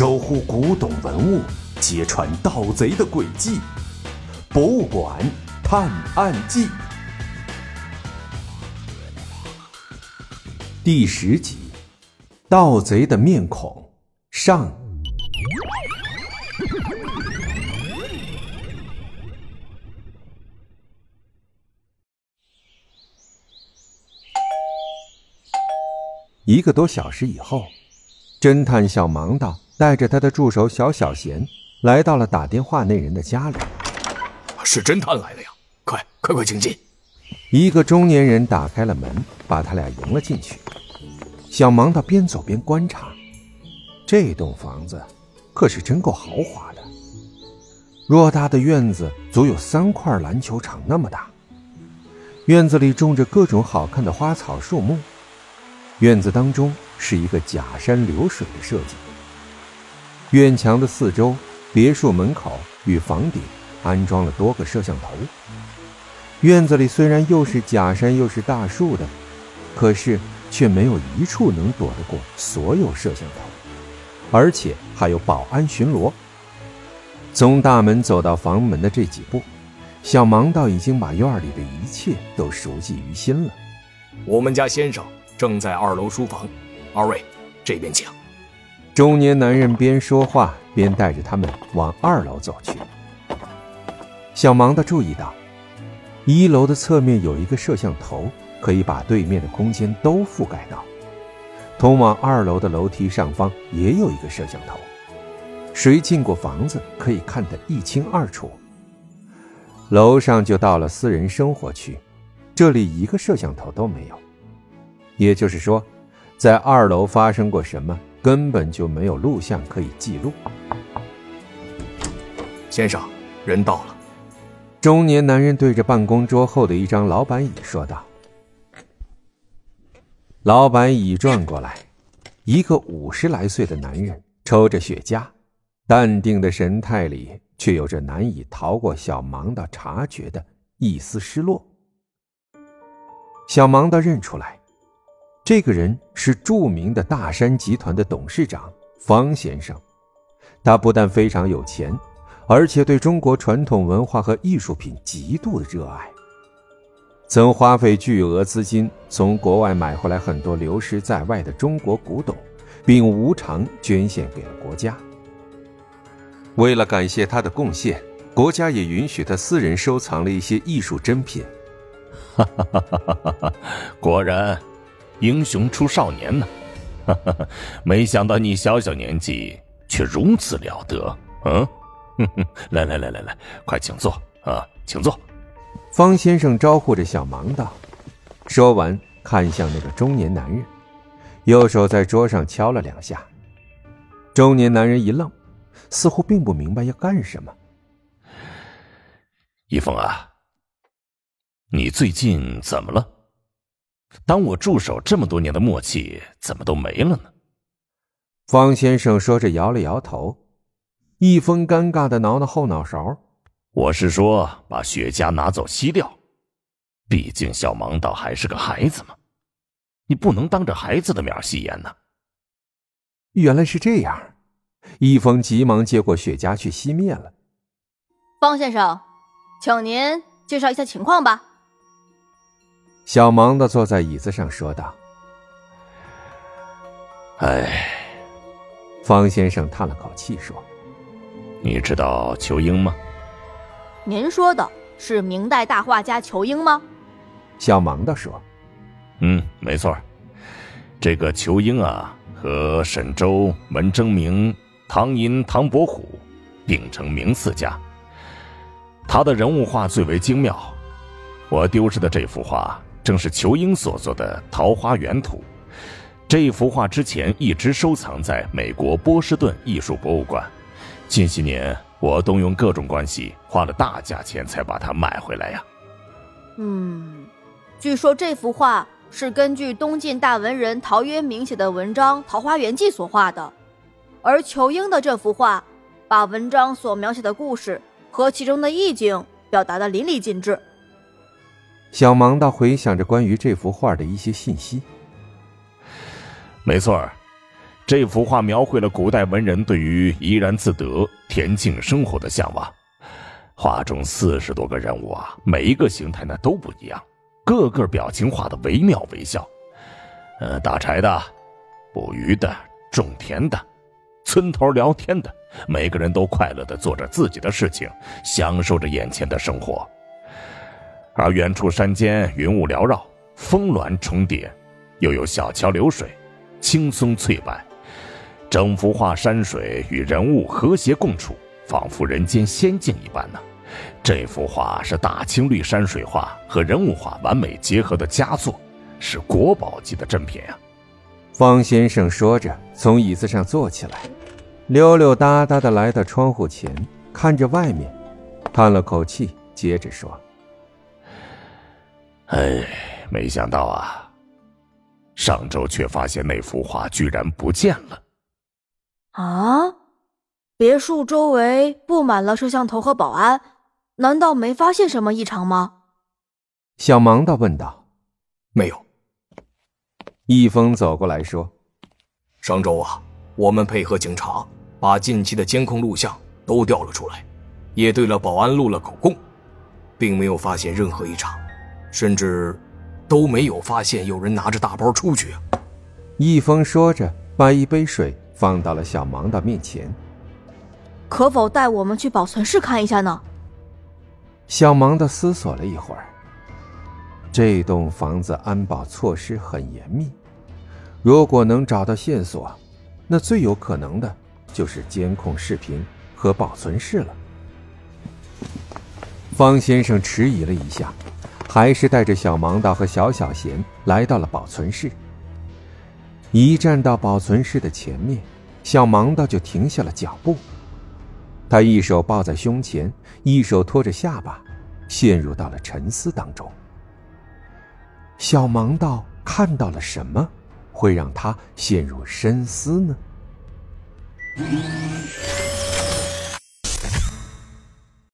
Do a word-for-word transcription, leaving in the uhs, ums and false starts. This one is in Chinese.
守护古董文物，揭穿盗贼的诡计。博物馆探案记第十集：盗贼的面孔上。一个多小时以后，侦探小盲道带着他的助手小小贤来到了打电话那人的家里。 是侦探来了呀，快快快请进。 一个中年人打开了门，把他俩迎了进去。小盲道边走边观察，这栋房子可是真够豪华的，偌大的院子足有三块篮球场那么大。院子里种着各种好看的花草树木，院子当中是一个假山流水的设计。院墙的四周、别墅门口与房顶安装了多个摄像头。院子里虽然又是假山又是大树的，可是却没有一处能躲得过所有摄像头，而且还有保安巡逻。从大门走到房门的这几步，小盲道已经把院里的一切都熟记于心了。 我们家先生正在二楼书房，二位这边请。 中年男人边说话边带着他们往二楼走去。小盲道注意到，一楼的侧面有一个摄像头，可以把对面的空间都覆盖到。通往二楼的楼梯上方也有一个摄像头，谁进过房子可以看得一清二楚。楼上就到了私人生活区，这里一个摄像头都没有。也就是说，在二楼发生过什么，根本就没有录像可以记录。 先生，人到了。 中年男人对着办公桌后的一张老板椅说道。老板椅转过来，一个五十来岁的男人抽着雪茄，淡定的神态里却有着难以逃过小盲道察觉的一丝失落。小盲道认出来，这个人是著名的大山集团的董事长方先生。他不但非常有钱，而且对中国传统文化和艺术品极度的热爱，曾花费巨额资金从国外买回来很多流失在外的中国古董，并无偿捐献给了国家。为了感谢他的贡献，国家也允许他私人收藏了一些艺术珍品。 哈哈哈哈哈哈！果然英雄出少年呢，哈哈哈！没想到你小小年纪却如此了得，嗯，哼哼，来来来来来，快请坐啊，请坐。 方先生招呼着小盲道，说完看向那个中年男人，右手在桌上敲了两下。中年男人一愣，似乎并不明白要干什么。 一峰啊，你最近怎么了？当我助手这么多年的默契怎么都没了呢？ 方先生说着摇了摇头。一峰尴尬地挠挠后脑勺。 我是说把雪茄拿走吸掉，毕竟小盲道还是个孩子嘛，你不能当着孩子的面吸烟呢。 原来是这样。一峰急忙接过雪茄去熄灭了。 方先生，请您介绍一下情况吧。 小盲道坐在椅子上说道。 唉， 方先生叹了口气说， 你知道仇英吗？ 您说的是明代大画家仇英吗？ 小盲道说。 嗯，没错。这个仇英啊，和沈周、文征明、唐寅、唐伯虎并称明四家。他的人物画最为精妙，我丢失的这幅画正是仇英所作的《桃花源图》。这幅画之前一直收藏在美国波士顿艺术博物馆，近些年我动用各种关系，花了大价钱才把它买回来呀。 嗯，据说这幅画是根据东晋大文人陶渊明写的文章《桃花源记》所画的，而仇英的这幅画把文章所描写的故事和其中的意境表达得淋漓尽致。 小盲道回想着关于这幅画的一些信息。 没错， 这幅画描绘了古代文人对于怡然自得、恬静生活的向往。画中四十多个人物啊，每一个形态呢都不一样，个个表情画得惟妙惟肖。呃，打柴的、捕鱼的、种田的、村头聊天的，每个人都快乐地做着自己的事情，享受着眼前的生活。而远处山间云雾缭绕，峰峦重叠，又有小桥流水，青松翠柏，整幅画山水与人物和谐共处，仿佛人间仙境一般呢。这幅画是大青绿山水画和人物画完美结合的佳作，是国宝级的珍品啊。 方先生说着，从椅子上坐起来，溜溜达达地来到窗户前，看着外面，叹了口气，接着说： 哎，没想到啊，上周却发现那幅画居然不见了。 啊？别墅周围布满了摄像头和保安，难道没发现什么异常吗？ 小盲道问道。 没有。 易峰走过来说： 上周啊，我们配合警察，把近期的监控录像都调了出来，也对了保安录了口供，并没有发现任何异常，甚至都没有发现有人拿着大包出去啊。 易峰说着，把一杯水放到了小盲道面前。 可否带我们去保存室看一下呢？ 小盲道思索了一会儿，这栋房子安保措施很严密，如果能找到线索，那最有可能的就是监控视频和保存室了。方先生迟疑了一下，还是带着小盲道和小小贤来到了保存室。一站到保存室的前面，小盲道就停下了脚步。他一手抱在胸前，一手托着下巴，陷入到了沉思当中。小盲道看到了什么，会让他陷入深思呢？